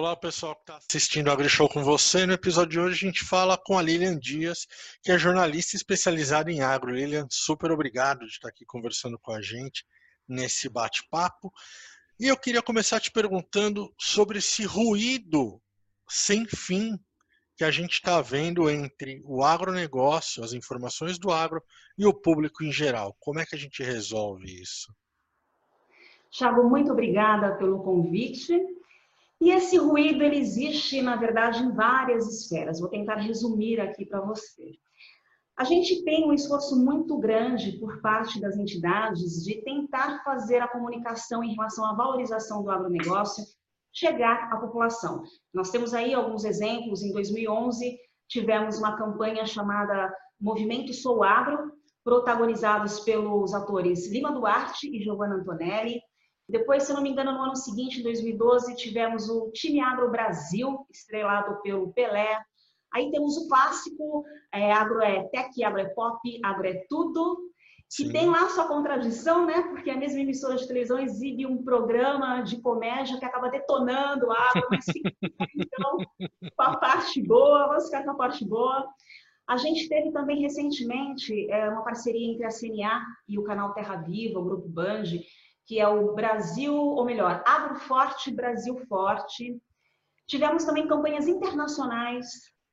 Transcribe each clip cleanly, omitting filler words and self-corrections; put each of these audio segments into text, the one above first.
Olá, pessoal que está assistindo o AgriShow com você. No episódio de hoje a gente fala com a Lilian Dias, que é jornalista especializada em agro. Lilian, super obrigado de estar aqui conversando com a gente nesse bate-papo. E eu queria começar te perguntando sobre esse ruído sem fim que a gente está vendo entre o agronegócio, as informações do agro e o público em geral. Como é que a gente resolve isso? Thiago, muito obrigada pelo convite. E esse ruído, ele existe, na verdade, em várias esferas. Vou tentar resumir aqui para você. A gente tem um esforço muito grande por parte das entidades de tentar fazer a comunicação em relação à valorização do agronegócio chegar à população. Nós temos aí alguns exemplos. Em 2011, tivemos uma campanha chamada Movimento Sou Agro, protagonizados pelos atores Lima Duarte e Giovanna Antonelli. Depois, se eu não me engano, no ano seguinte, em 2012, tivemos o Time Agro Brasil, estrelado pelo Pelé. Aí temos o clássico, agro é tech, agro é pop, agro é tudo, que Sim. tem lá sua contradição, né? Porque a mesma emissora de televisão exibe um programa de comédia que acaba detonando o agro, mas fica então com a parte boa, vamos ficar com a parte boa. A gente teve também recentemente uma parceria entre a CNA e o canal Terra Viva, o Grupo Band, que é o Brasil, ou melhor, Agro Forte, Brasil Forte. Tivemos também campanhas internacionais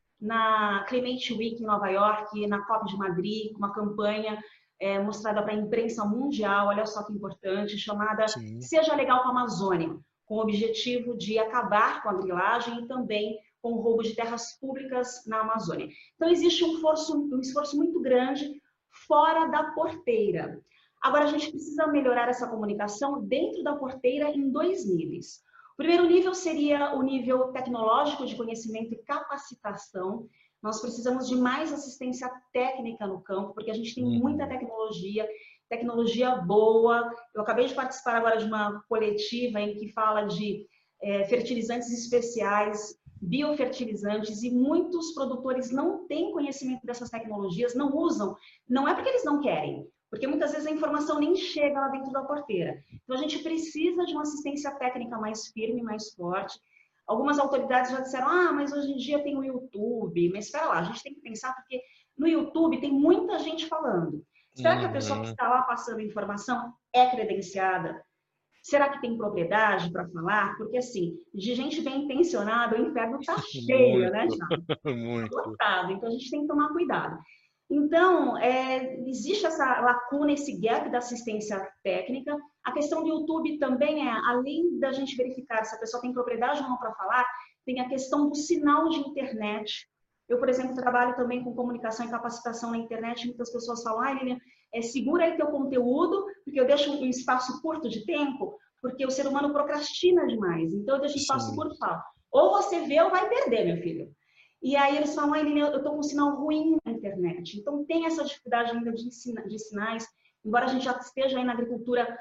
na Climate Week em Nova York, na COP de Madrid, uma campanha mostrada para a imprensa mundial, olha só que importante, chamada Sim. Seja Legal com a Amazônia, com o objetivo de acabar com a grilagem e também com o roubo de terras públicas na Amazônia. Então, existe um esforço muito grande fora da porteira. Agora, a gente precisa melhorar essa comunicação dentro da porteira em dois níveis. O primeiro nível seria o nível tecnológico de conhecimento e capacitação. Nós precisamos de mais assistência técnica no campo, porque a gente tem muita tecnologia boa. Eu acabei de participar agora de uma coletiva em que fala de fertilizantes especiais, biofertilizantes, e muitos produtores não têm conhecimento dessas tecnologias, não usam. Não é porque eles não querem, porque muitas vezes a informação nem chega lá dentro da porteira. Então, a gente precisa de uma assistência técnica mais firme, mais forte. Algumas autoridades já disseram, mas hoje em dia tem o YouTube. Mas espera lá, a gente tem que pensar, porque no YouTube tem muita gente falando. Será que a pessoa que está lá passando informação é credenciada? Será que tem propriedade para falar? Porque, assim, de gente bem intencionada, o inferno está cheio, né, Thiago? Muito. Lotado. Então, a gente tem que tomar cuidado. Então, existe essa lacuna, esse gap da assistência técnica. A questão do YouTube também além da gente verificar se a pessoa tem propriedade ou não para falar, tem a questão do sinal de internet. Eu, por exemplo, trabalho também com comunicação e capacitação na internet. Muitas pessoas falam, Lilian, segura aí teu conteúdo, porque eu deixo um espaço curto de tempo, porque o ser humano procrastina demais. Então, eu deixo um espaço curto e falo, ou você vê ou vai perder, meu filho. E aí eles falam, eu estou com um sinal ruim na internet. Então tem essa dificuldade ainda de sinais, embora a gente já esteja aí na agricultura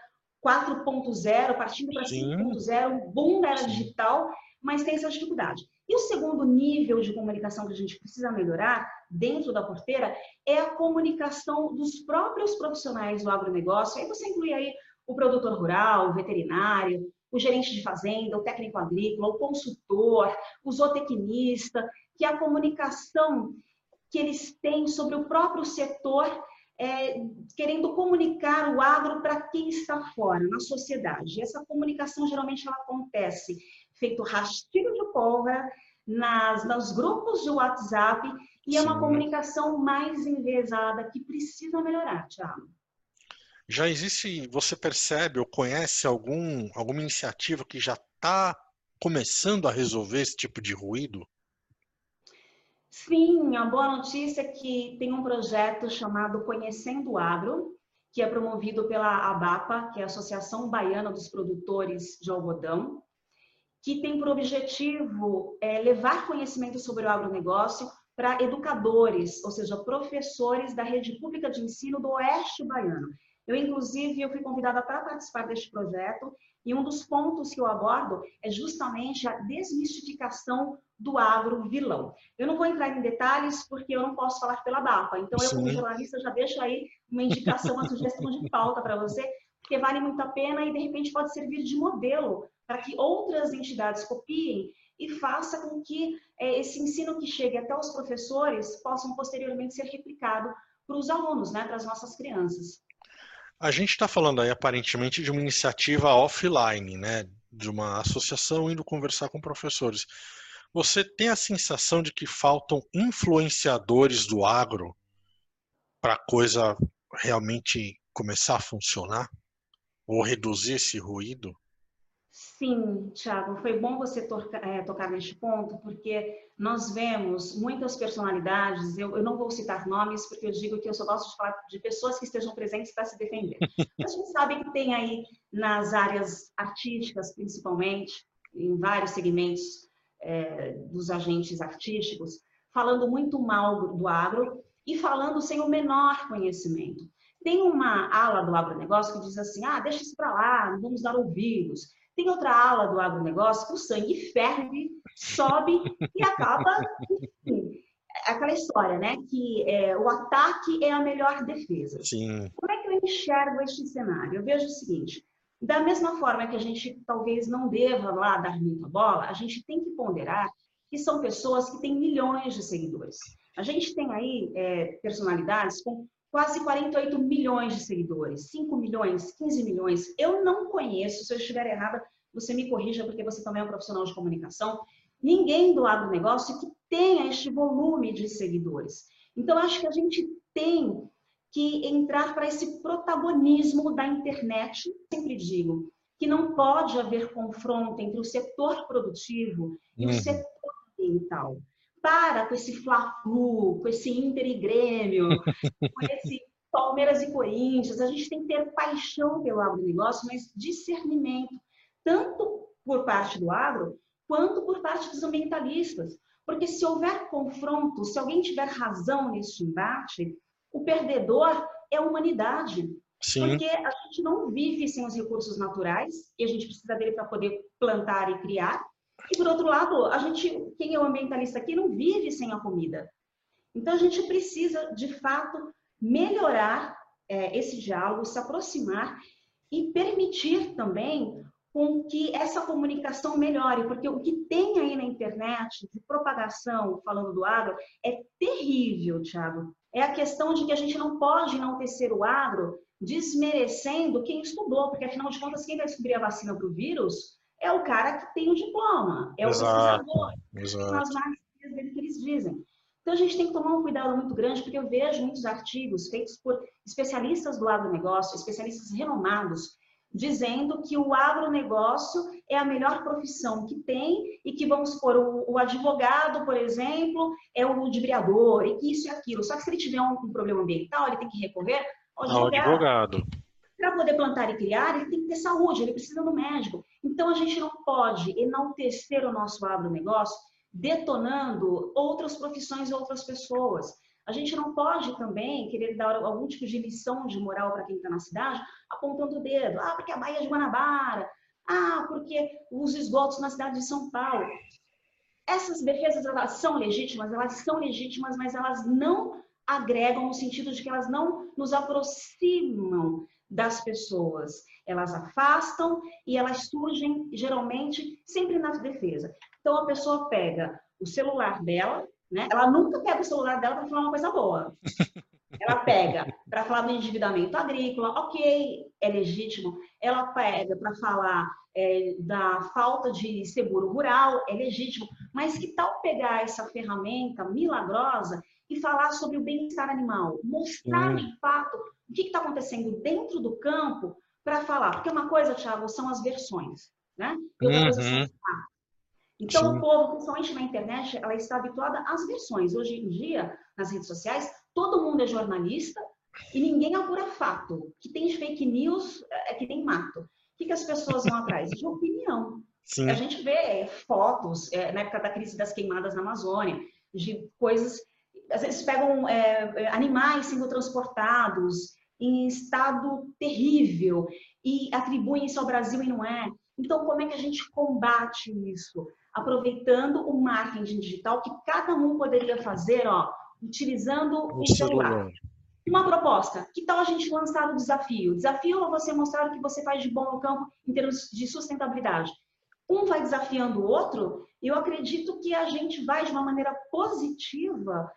4.0, partindo para 5.0, boom da era digital, mas tem essa dificuldade. E o segundo nível de comunicação que a gente precisa melhorar dentro da porteira é a comunicação dos próprios profissionais do agronegócio. Aí você inclui aí o produtor rural, o veterinário, o gerente de fazenda, o técnico agrícola, o consultor, o zootecnista, que é a comunicação que eles têm sobre o próprio setor, querendo comunicar o agro para quem está fora, na sociedade. E essa comunicação, geralmente, ela acontece feito rastilho de pólvora, nos grupos de WhatsApp, e é uma comunicação mais enviesada que precisa melhorar, Thiago. Já existe, você percebe ou conhece alguma iniciativa que já está começando a resolver esse tipo de ruído? Sim, a boa notícia é que tem um projeto chamado Conhecendo o Agro, que é promovido pela ABAPA, que é a Associação Baiana dos Produtores de Algodão, que tem por objetivo levar conhecimento sobre o agronegócio para educadores, ou seja, professores da rede pública de ensino do Oeste Baiano. Inclusive, eu fui convidada para participar deste projeto, e um dos pontos que eu abordo é justamente a desmistificação do agro vilão. Eu não vou entrar em detalhes porque eu não posso falar pela BAPA, então eu, como jornalista, já deixo aí uma indicação, uma sugestão de pauta para você, porque vale muito a pena e, de repente, pode servir de modelo para que outras entidades copiem e faça com que esse ensino que chegue até os professores possam posteriormente ser replicado para os alunos, né, para as nossas crianças. A gente está falando aí aparentemente de uma iniciativa offline, né? De uma associação indo conversar com professores. Você tem a sensação de que faltam influenciadores do agro para a coisa realmente começar a funcionar? Ou reduzir esse ruído? Sim, Thiago, foi bom você tocar neste ponto, porque nós vemos muitas personalidades, eu não vou citar nomes, porque eu digo que eu só gosto de falar de pessoas que estejam presentes para se defender. Mas a gente sabe que tem aí nas áreas artísticas, principalmente, em vários segmentos dos agentes artísticos, falando muito mal do agro e falando sem o menor conhecimento. Tem uma ala do agronegócio que diz assim, deixa isso para lá, não vamos dar ouvidos. Tem outra ala do agronegócio que o sangue ferve, sobe e acaba, enfim, aquela história, né? Que o ataque é a melhor defesa. Sim. Como é que eu enxergo este cenário? Eu vejo o seguinte, da mesma forma que a gente talvez não deva lá dar muita bola, a gente tem que ponderar que são pessoas que têm milhões de seguidores. A gente tem aí personalidades com quase 48 milhões de seguidores, 5 milhões, 15 milhões. Eu não conheço, se eu estiver errada, você me corrija, porque você também é um profissional de comunicação, ninguém do agronegócio que tenha este volume de seguidores. Então, acho que a gente tem que entrar para esse protagonismo da internet. Eu sempre digo que não pode haver confronto entre o setor produtivo e o setor ambiental. Para com esse Fla-Flu, com esse Inter e Grêmio, com esse Palmeiras e Corinthians. A gente tem que ter paixão pelo agronegócio, mas discernimento, tanto por parte do agro, quanto por parte dos ambientalistas. Porque se houver confronto, se alguém tiver razão nesse embate, o perdedor é a humanidade. Sim. Porque a gente não vive sem os recursos naturais, e a gente precisa dele para poder plantar e criar. E, por outro lado, quem é o ambientalista aqui, não vive sem a comida. Então, a gente precisa, de fato, melhorar esse diálogo, se aproximar e permitir também com que essa comunicação melhore, porque o que tem aí na internet de propagação, falando do agro, é terrível, Thiago. É a questão de que a gente não pode enaltecer o agro desmerecendo quem estudou, porque, afinal de contas, quem vai descobrir a vacina para o vírus é o cara que tem o diploma, é o pesquisador, são as marcas dele que eles dizem. Então, a gente tem que tomar um cuidado muito grande, porque eu vejo muitos artigos feitos por especialistas do agronegócio, especialistas renomados, dizendo que o agronegócio é a melhor profissão que tem e que, vamos supor, o advogado, por exemplo, é o ludibriador, e que isso e aquilo. Só que se ele tiver um problema ambiental, ele tem que recorrer ao advogado. Para poder plantar e criar, ele tem que ter saúde, ele precisa do médico. Então, a gente não pode enaltecer o nosso agronegócio detonando outras profissões e outras pessoas. A gente não pode também querer dar algum tipo de lição de moral para quem está na cidade, apontando o dedo. Porque a Baía de Guanabara. Porque os esgotos na cidade de São Paulo. Essas defesas, elas são legítimas, mas elas não agregam no sentido de que elas não nos aproximam das pessoas. Elas afastam e elas surgem, geralmente, sempre na defesa. Então, a pessoa pega o celular dela, né? Ela nunca pega o celular dela para falar uma coisa boa. Ela pega para falar do endividamento agrícola, ok, é legítimo. Ela pega para falar da falta de seguro rural, é legítimo. Mas que tal pegar essa ferramenta milagrosa e falar sobre o bem-estar animal? Mostrar de fato o que está acontecendo dentro do campo para falar. Porque uma coisa, Thiago, são as versões, né? E outra coisa são os fatos. Então, o povo, principalmente na internet, ela está habituada às versões. Hoje em dia, nas redes sociais, todo mundo é jornalista e ninguém apura fato. Que tem fake news é que tem mato. O que as pessoas vão atrás? De opinião. Sim. A gente vê fotos, na época da crise das queimadas na Amazônia, de coisas... Às vezes pegam animais sendo transportados em estado terrível e atribuem isso ao Brasil e não é. Então, como é que a gente combate isso? Aproveitando o marketing digital que cada um poderia fazer, utilizando o celular. Uma proposta, que tal a gente lançar o desafio? O desafio é você mostrar o que você faz de bom no campo em termos de sustentabilidade. Um vai desafiando o outro E eu acredito que a gente vai, de uma maneira positiva,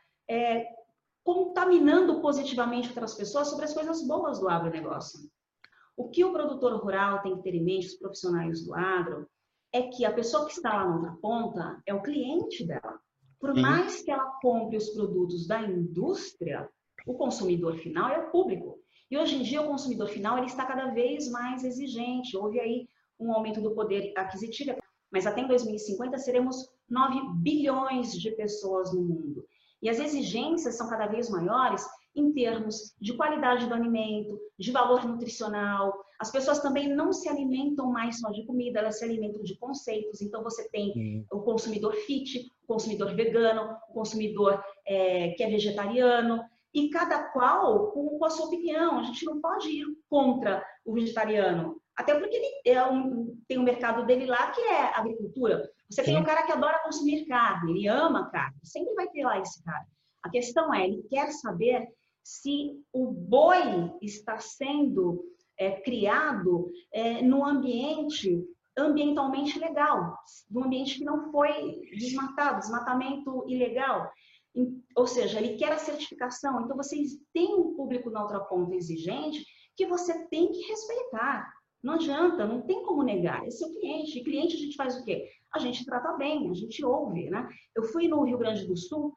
contaminando positivamente outras pessoas sobre as coisas boas do agronegócio. O que o produtor rural tem que ter em mente, os profissionais do agro, é que a pessoa que está lá na outra ponta é o cliente dela. Por mais que ela compre os produtos da indústria, o consumidor final é o público. E hoje em dia o consumidor final ele está cada vez mais exigente. Houve aí um aumento do poder aquisitivo, mas até em 2050 seremos 9 bilhões de pessoas no mundo. E as exigências são cada vez maiores em termos de qualidade do alimento, de valor nutricional. As pessoas também não se alimentam mais só de comida, elas se alimentam de conceitos. Então você tem o consumidor fit, o consumidor vegano, o consumidor que é vegetariano, e cada qual com a sua opinião. A gente não pode ir contra o vegetariano, até porque ele tem um mercado dele lá que é agricultura. Você tem um cara que adora consumir carne, ele ama carne, sempre vai ter lá esse cara. A questão é, ele quer saber se o boi está sendo criado num ambiente ambientalmente legal, num ambiente que não foi desmatado, desmatamento ilegal. Ou seja, ele quer a certificação. Então, vocês têm um público na outra ponta exigente que você tem que respeitar. Não adianta, não tem como negar. Esse é o cliente. E cliente a gente faz o quê? A gente trata bem, a gente ouve, né? Eu fui no Rio Grande do Sul,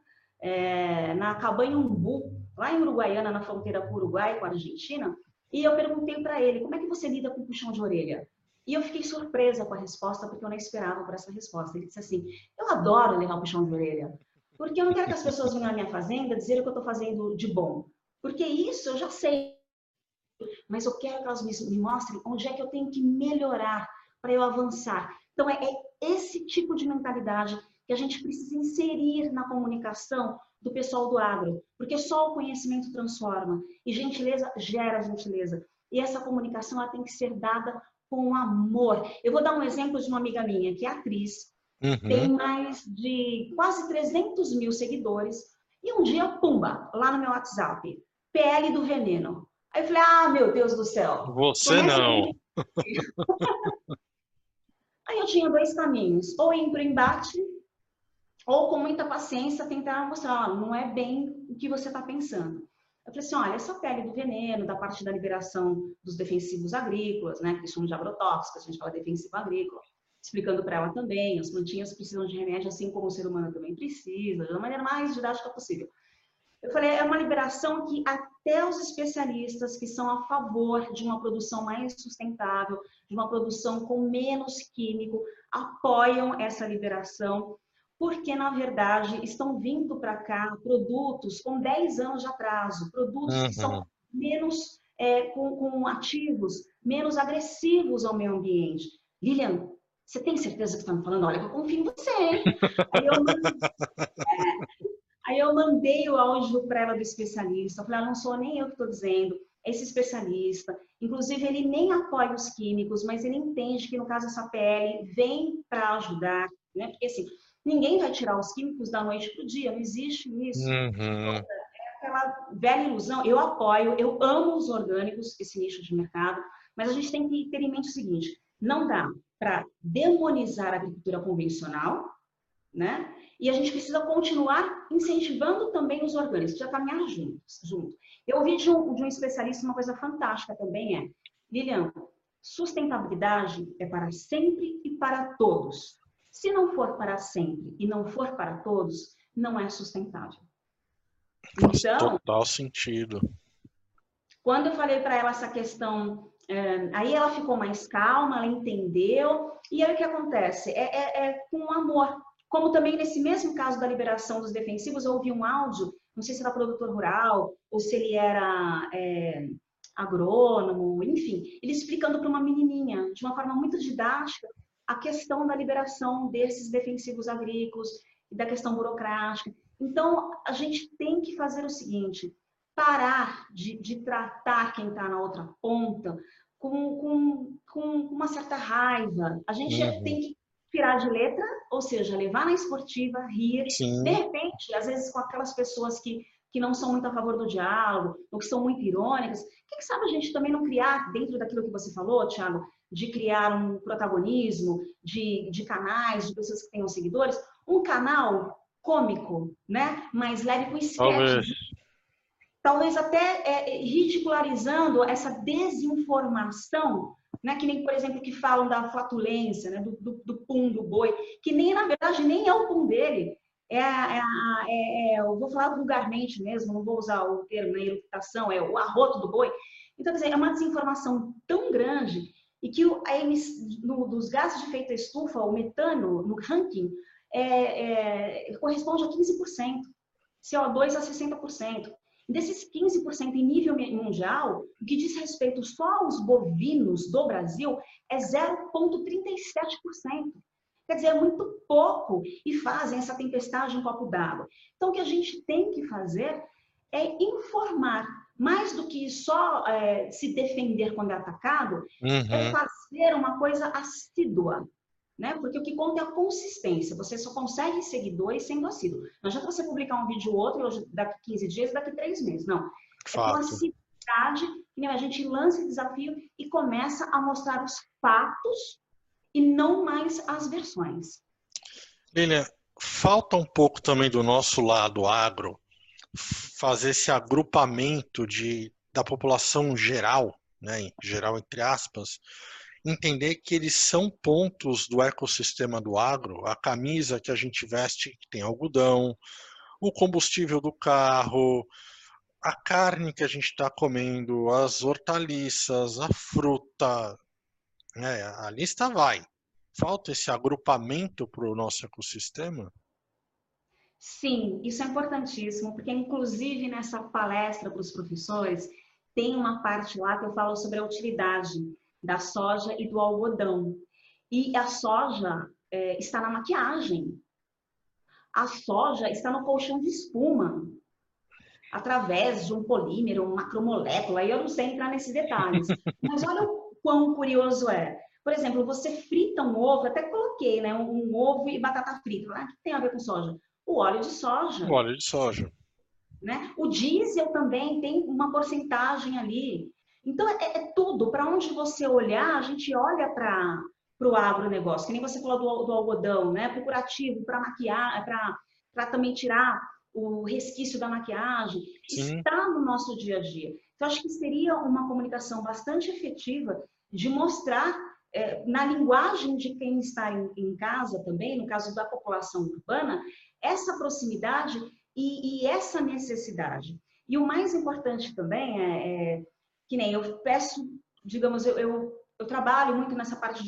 na Cabanha-Umbu, lá em Uruguaiana, na fronteira com o Uruguai, com a Argentina, e eu perguntei para ele, como é que você lida com puxão de orelha? E eu fiquei surpresa com a resposta, porque eu não esperava por essa resposta. Ele disse assim, eu adoro levar puxão de orelha, porque eu não quero que as pessoas venham na minha fazenda dizer o que eu estou fazendo de bom. Porque isso eu já sei, mas eu quero que elas me mostrem onde é que eu tenho que melhorar para eu avançar. Então, é esse tipo de mentalidade que a gente precisa inserir na comunicação do pessoal do agro, porque só o conhecimento transforma e gentileza gera gentileza. E essa comunicação ela tem que ser dada com amor. Eu vou dar um exemplo de uma amiga minha, que é atriz, tem mais de quase 300 mil seguidores, e um dia, pumba, lá no meu WhatsApp, PL do veneno. Aí eu falei, ah, meu Deus do céu. Você não. Aí eu tinha dois caminhos, ou ir para o embate, ou com muita paciência tentar mostrar, ó, não é bem o que você está pensando. Eu falei assim, olha, essa pele do veneno, da parte da liberação dos defensivos agrícolas, né, que eles chamam de agrotóxicos, a gente fala defensivo agrícola, explicando para ela também, as plantinhas precisam de remédio, assim como o ser humano também precisa, da maneira mais didática possível. Eu falei, é uma liberação que até os especialistas que são a favor de uma produção mais sustentável, de uma produção com menos químico, apoiam essa liberação, porque, na verdade, estão vindo para cá produtos com 10 anos de atraso, produtos que são menos, com ativos, menos agressivos ao meio ambiente. Lilian, você tem certeza que está me falando? Olha, eu confio em você, hein? Aí eu mandei o áudio para ela do especialista. Eu falei, não sou nem eu que estou dizendo, é esse especialista. Inclusive, ele nem apoia os químicos, mas ele entende que, no caso, essa PL vem para ajudar, né? Porque, assim, ninguém vai tirar os químicos da noite para o dia, não existe isso. É aquela velha ilusão. Eu apoio, eu amo os orgânicos, esse nicho de mercado, mas a gente tem que ter em mente o seguinte, não dá para demonizar a agricultura convencional, né? E a gente precisa continuar incentivando também os orgânicos, já caminhar junto. Eu ouvi de um especialista uma coisa fantástica também, Lilian, sustentabilidade é para sempre e para todos. Se não for para sempre e não for para todos, não é sustentável. Faz total sentido. Quando eu falei para ela essa questão, aí ela ficou mais calma, ela entendeu, e aí o que acontece? É com amor. Como também nesse mesmo caso da liberação dos defensivos, eu ouvi um áudio, não sei se era produtor rural, ou se ele era agrônomo, enfim, ele explicando para uma menininha, de uma forma muito didática, a questão da liberação desses defensivos agrícolas e da questão burocrática. Então, a gente tem que fazer o seguinte, parar de tratar quem está na outra ponta com uma certa raiva. A gente tem que tirar de letra, ou seja, levar na esportiva, rir. Sim. De repente, às vezes com aquelas pessoas que não são muito a favor do diálogo, ou que são muito irônicas, Quem sabe a gente também não criar, dentro daquilo que você falou, Thiago, de criar um protagonismo, de canais, de pessoas que tenham seguidores, um canal cômico, né? Mais leve, com Talvez. sketches, talvez até ridicularizando essa desinformação, né? Que nem, por exemplo, que falam da flatulência, né? do pum do boi, que nem, na verdade, nem é o pum dele. Eu vou falar vulgarmente mesmo, não vou usar o termo, né, eructação, é o arroto do boi. Então, quer dizer, é uma desinformação tão grande e que dos gases de efeito estufa, o metano, no ranking, corresponde a 15%, CO2 a 60%. Desses 15% em nível mundial, o que diz respeito só aos bovinos do Brasil é 0,37%. Quer dizer, é muito pouco e fazem essa tempestade em copo d'água. Então, o que a gente tem que fazer é informar, mais do que só se defender quando é atacado, é fazer uma coisa assídua, né? Porque o que conta é a consistência. Você só consegue seguidores sendo assíduo. Não adianta você publicar um vídeo ou outro, hoje, daqui 15 dias, daqui 3 meses. Não. É com assiduidade que a gente lança esse desafio e começa a mostrar os fatos e não mais as versões. Lilian, falta um pouco também do nosso lado agro fazer esse agrupamento da população geral, né, em geral entre aspas, entender que eles são pontos do ecossistema do agro, a camisa que a gente veste que tem algodão, o combustível do carro, a carne que a gente está comendo, as hortaliças, a fruta, né, a lista vai. Falta esse agrupamento para o nosso ecossistema? Sim, isso é importantíssimo, porque inclusive nessa palestra para os professores, tem uma parte lá que eu falo sobre a utilidade da soja e do algodão. E a soja está na maquiagem. A soja está no colchão de espuma, através de um polímero, uma macromolécula, aí eu não sei entrar nesses detalhes. Mas olha o quão curioso é. Por exemplo, você frita um ovo, até coloquei, né, um ovo e batata frita. O que tem a ver com soja? O óleo de soja. O óleo de soja. Né? O diesel também tem uma porcentagem ali. Então, é tudo. Para onde você olhar, a gente olha para o agronegócio. Que nem você falou do algodão, né? Para o curativo, para maquiar, para também tirar o resquício da maquiagem. Sim. Está no nosso dia a dia. Então, acho que seria uma comunicação bastante efetiva de mostrar na linguagem de quem está em casa também, no caso da população urbana, essa proximidade e essa necessidade. E o mais importante também que nem eu peço, digamos, eu trabalho muito nessa parte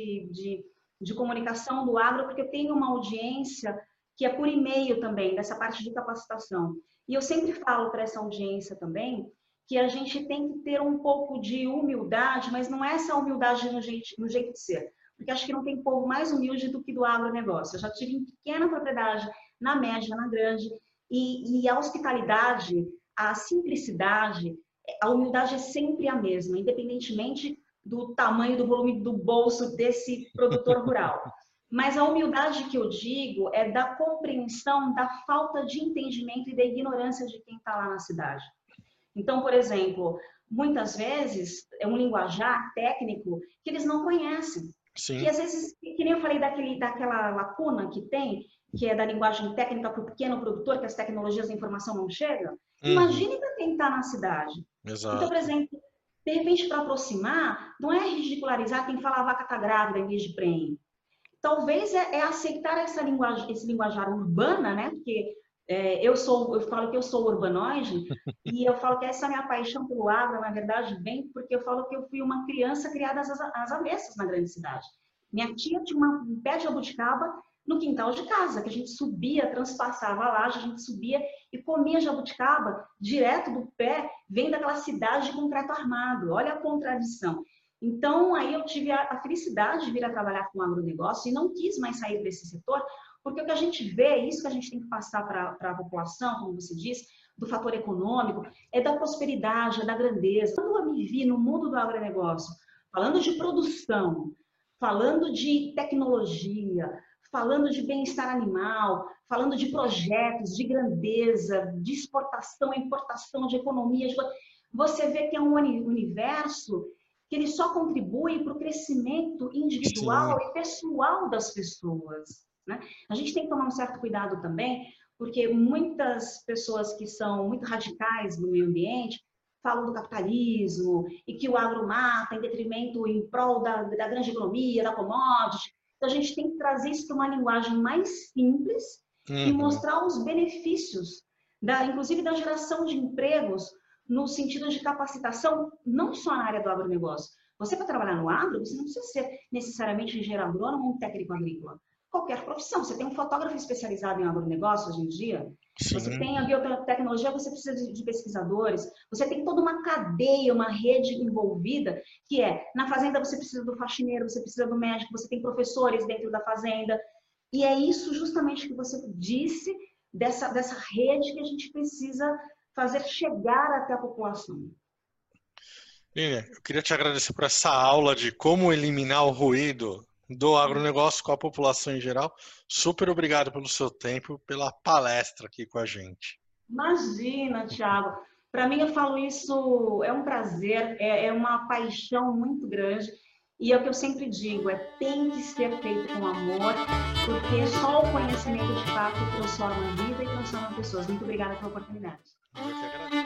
de comunicação do agro, porque eu tenho uma audiência que é por e-mail também, dessa parte de capacitação. E eu sempre falo para essa audiência também que a gente tem que ter um pouco de humildade, mas não é essa humildade no jeito de ser. Porque acho que não tem povo mais humilde do que do agronegócio. Eu já tive em pequena propriedade, na média, na grande, e a hospitalidade, a simplicidade, a humildade é sempre a mesma, independentemente do tamanho, do volume do bolso desse produtor rural. Mas a humildade que eu digo é da compreensão da falta de entendimento e da ignorância de quem está lá na cidade. Então, por exemplo, muitas vezes é um linguajar técnico que eles não conhecem. Sim. E às vezes, que nem eu falei daquela lacuna que tem, que é da linguagem técnica para o pequeno produtor, que as tecnologias da informação não chegam. Imagine para quem está na cidade. Exato. Então, por exemplo, de repente, para aproximar, não é ridicularizar quem fala a vaca está grávida em vez de prenhe. Talvez aceitar essa linguagem, esse linguajar urbana, né? Porque eu falo que eu sou urbanoide e eu falo que essa minha paixão pelo agro, na verdade, vem porque eu falo que eu fui uma criança criada às avessas na grande cidade. Minha tia tinha um pé de jabuticaba no quintal de casa, que a gente subia, transpassava a laje, a gente subia e comia jabuticaba direto do pé, vem daquela cidade de concreto armado. Olha a contradição. Então, aí eu tive a felicidade de vir a trabalhar com agronegócio e não quis mais sair desse setor, porque o que a gente vê, isso que a gente tem que passar para a população, como você disse, do fator econômico, é da prosperidade, é da grandeza. Quando eu me vi no mundo do agronegócio, falando de produção, falando de tecnologia, falando de bem-estar animal, falando de projetos, de grandeza, de exportação, importação, de economia, você vê que é um universo que ele só contribui para o crescimento individual Sim. e pessoal das pessoas, né? A gente tem que tomar um certo cuidado também, porque muitas pessoas que são muito radicais no meio ambiente falam do capitalismo e que o agro mata em detrimento, em prol da grande economia, da commodity. Então, a gente tem que trazer isso para uma linguagem mais simples e Uhum. mostrar os benefícios, inclusive da geração de empregos, no sentido de capacitação, não só na área do agronegócio. Você, para trabalhar no agro, você não precisa ser necessariamente engenheiro agrônomo ou um técnico agrícola. Qualquer profissão. Você tem um fotógrafo especializado em agronegócio hoje em dia, você Sim. tem a biotecnologia, você precisa de pesquisadores, você tem toda uma cadeia, uma rede envolvida, que é, na fazenda você precisa do faxineiro, você precisa do médico, você tem professores dentro da fazenda, e é isso justamente que você disse, dessa rede que a gente precisa fazer chegar até a população. Lilian, eu queria te agradecer por essa aula de como eliminar o ruído do agronegócio com a população em geral. Super obrigado pelo seu tempo, pela palestra aqui com a gente. Imagina, Thiago. Para mim, eu falo isso, é um prazer, é uma paixão muito grande. E é o que eu sempre digo, tem que ser feito com amor, porque só o conhecimento de fato transforma a vida e transforma pessoas. Muito obrigada pela oportunidade. Eu que agradeço.